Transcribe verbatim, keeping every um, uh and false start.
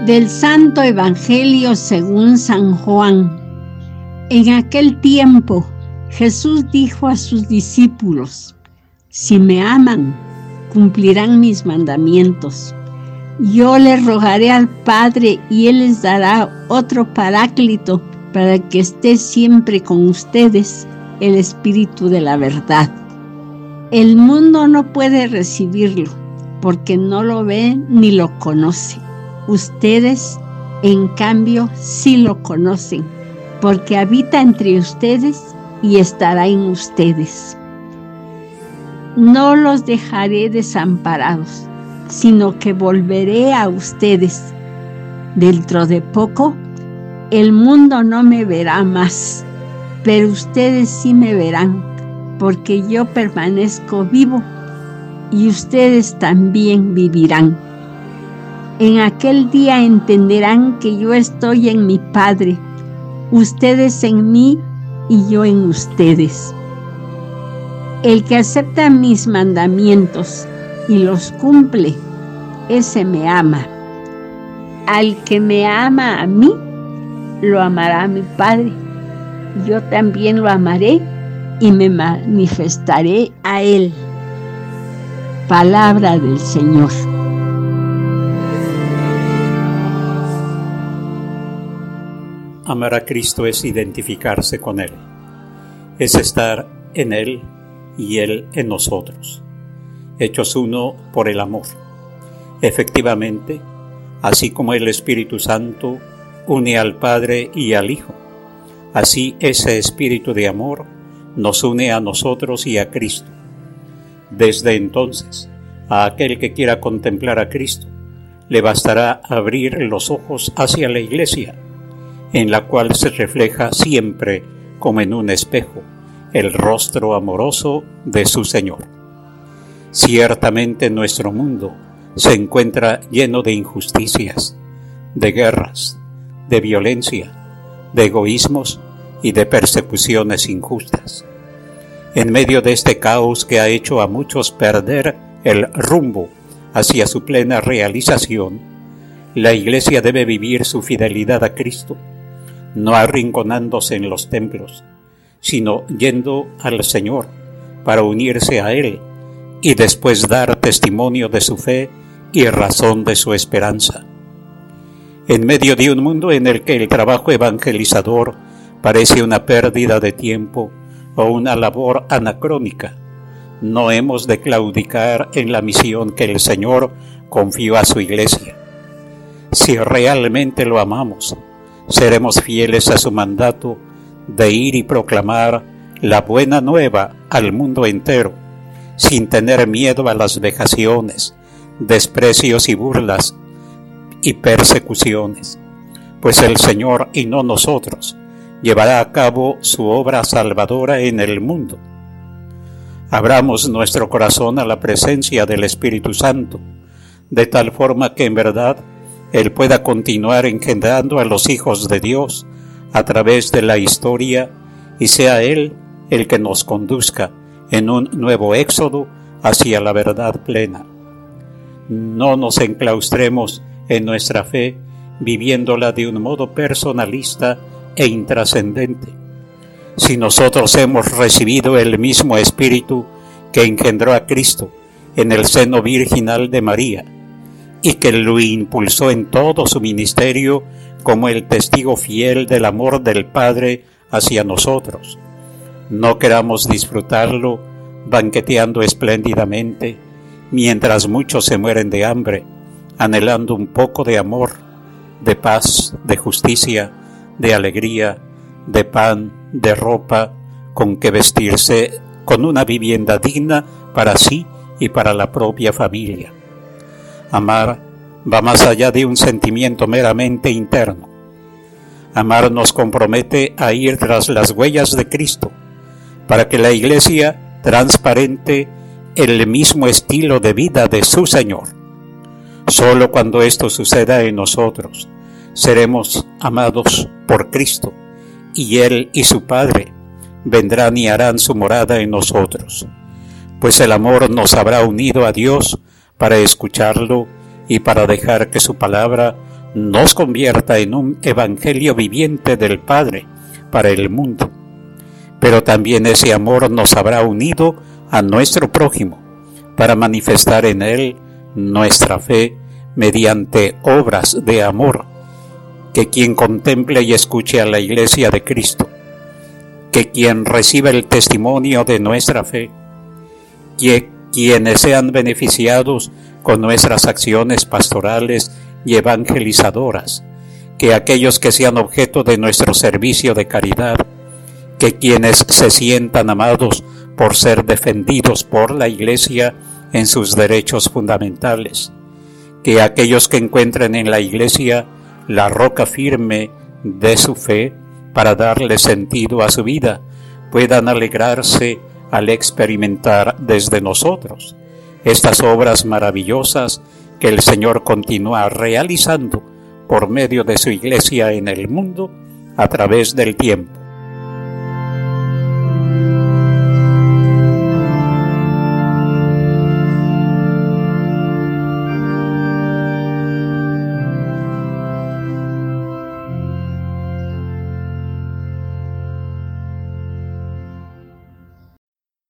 Del Santo Evangelio según San Juan. En aquel tiempo, Jesús dijo a sus discípulos: si me aman, cumplirán mis mandamientos. Yo les rogaré al Padre y Él les dará otro Paráclito para que esté siempre con ustedes, el Espíritu de la verdad. El mundo no puede recibirlo porque no lo ve ni lo conoce. Ustedes, en cambio, sí lo conocen, porque habita entre ustedes y estará en ustedes. No los dejaré desamparados, sino que volveré a ustedes. Dentro de poco, el mundo no me verá más, pero ustedes sí me verán, porque yo permanezco vivo y ustedes también vivirán. En aquel día entenderán que yo estoy en mi Padre, ustedes en mí y yo en ustedes. El que acepta mis mandamientos y los cumple, ese me ama. Al que me ama a mí, lo amará mi Padre. Yo también lo amaré y me manifestaré a él. Palabra del Señor. Amar a Cristo es identificarse con Él, es estar en Él y Él en nosotros, hechos uno por el amor. Efectivamente, así como el Espíritu Santo une al Padre y al Hijo, así ese Espíritu de amor nos une a nosotros y a Cristo. Desde entonces, a aquel que quiera contemplar a Cristo, le bastará abrir los ojos hacia la Iglesia, en la cual se refleja siempre, como en un espejo, el rostro amoroso de su Señor. Ciertamente nuestro mundo se encuentra lleno de injusticias, de guerras, de violencia, de egoísmos y de persecuciones injustas. En medio de este caos que ha hecho a muchos perder el rumbo hacia su plena realización, la Iglesia debe vivir su fidelidad a Cristo, no arrinconándose en los templos, sino yendo al Señor para unirse a Él y después dar testimonio de su fe y razón de su esperanza. En medio de un mundo en el que el trabajo evangelizador parece una pérdida de tiempo o una labor anacrónica, no hemos de claudicar en la misión que el Señor confió a su Iglesia. Si realmente lo amamos, seremos fieles a su mandato de ir y proclamar la buena nueva al mundo entero, sin tener miedo a las vejaciones, desprecios y burlas y persecuciones, pues el Señor y no nosotros llevará a cabo su obra salvadora en el mundo. Abramos nuestro corazón a la presencia del Espíritu Santo, de tal forma que en verdad Él pueda continuar engendrando a los hijos de Dios a través de la historia y sea Él el que nos conduzca en un nuevo éxodo hacia la verdad plena. No nos enclaustremos en nuestra fe viviéndola de un modo personalista e intrascendente. Si nosotros hemos recibido el mismo Espíritu que engendró a Cristo en el seno virginal de María, y que lo impulsó en todo su ministerio como el testigo fiel del amor del Padre hacia nosotros, no queramos disfrutarlo banqueteando espléndidamente, mientras muchos se mueren de hambre, anhelando un poco de amor, de paz, de justicia, de alegría, de pan, de ropa, con que vestirse, con una vivienda digna para sí y para la propia familia. Amar va más allá de un sentimiento meramente interno. Amar nos compromete a ir tras las huellas de Cristo, para que la Iglesia transparente el mismo estilo de vida de su Señor. Solo cuando esto suceda en nosotros, seremos amados por Cristo, y Él y su Padre vendrán y harán su morada en nosotros, pues el amor nos habrá unido a Dios para escucharlo y para dejar que su palabra nos convierta en un evangelio viviente del Padre para el mundo. Pero también ese amor nos habrá unido a nuestro prójimo para manifestar en él nuestra fe mediante obras de amor. Que quien contemple y escuche a la Iglesia de Cristo, que quien reciba el testimonio de nuestra fe, que quienes sean beneficiados con nuestras acciones pastorales y evangelizadoras, que aquellos que sean objeto de nuestro servicio de caridad, que quienes se sientan amados por ser defendidos por la Iglesia en sus derechos fundamentales, que aquellos que encuentren en la Iglesia la roca firme de su fe para darle sentido a su vida, puedan alegrarse al experimentar desde nosotros estas obras maravillosas que el Señor continúa realizando por medio de su Iglesia en el mundo a través del tiempo.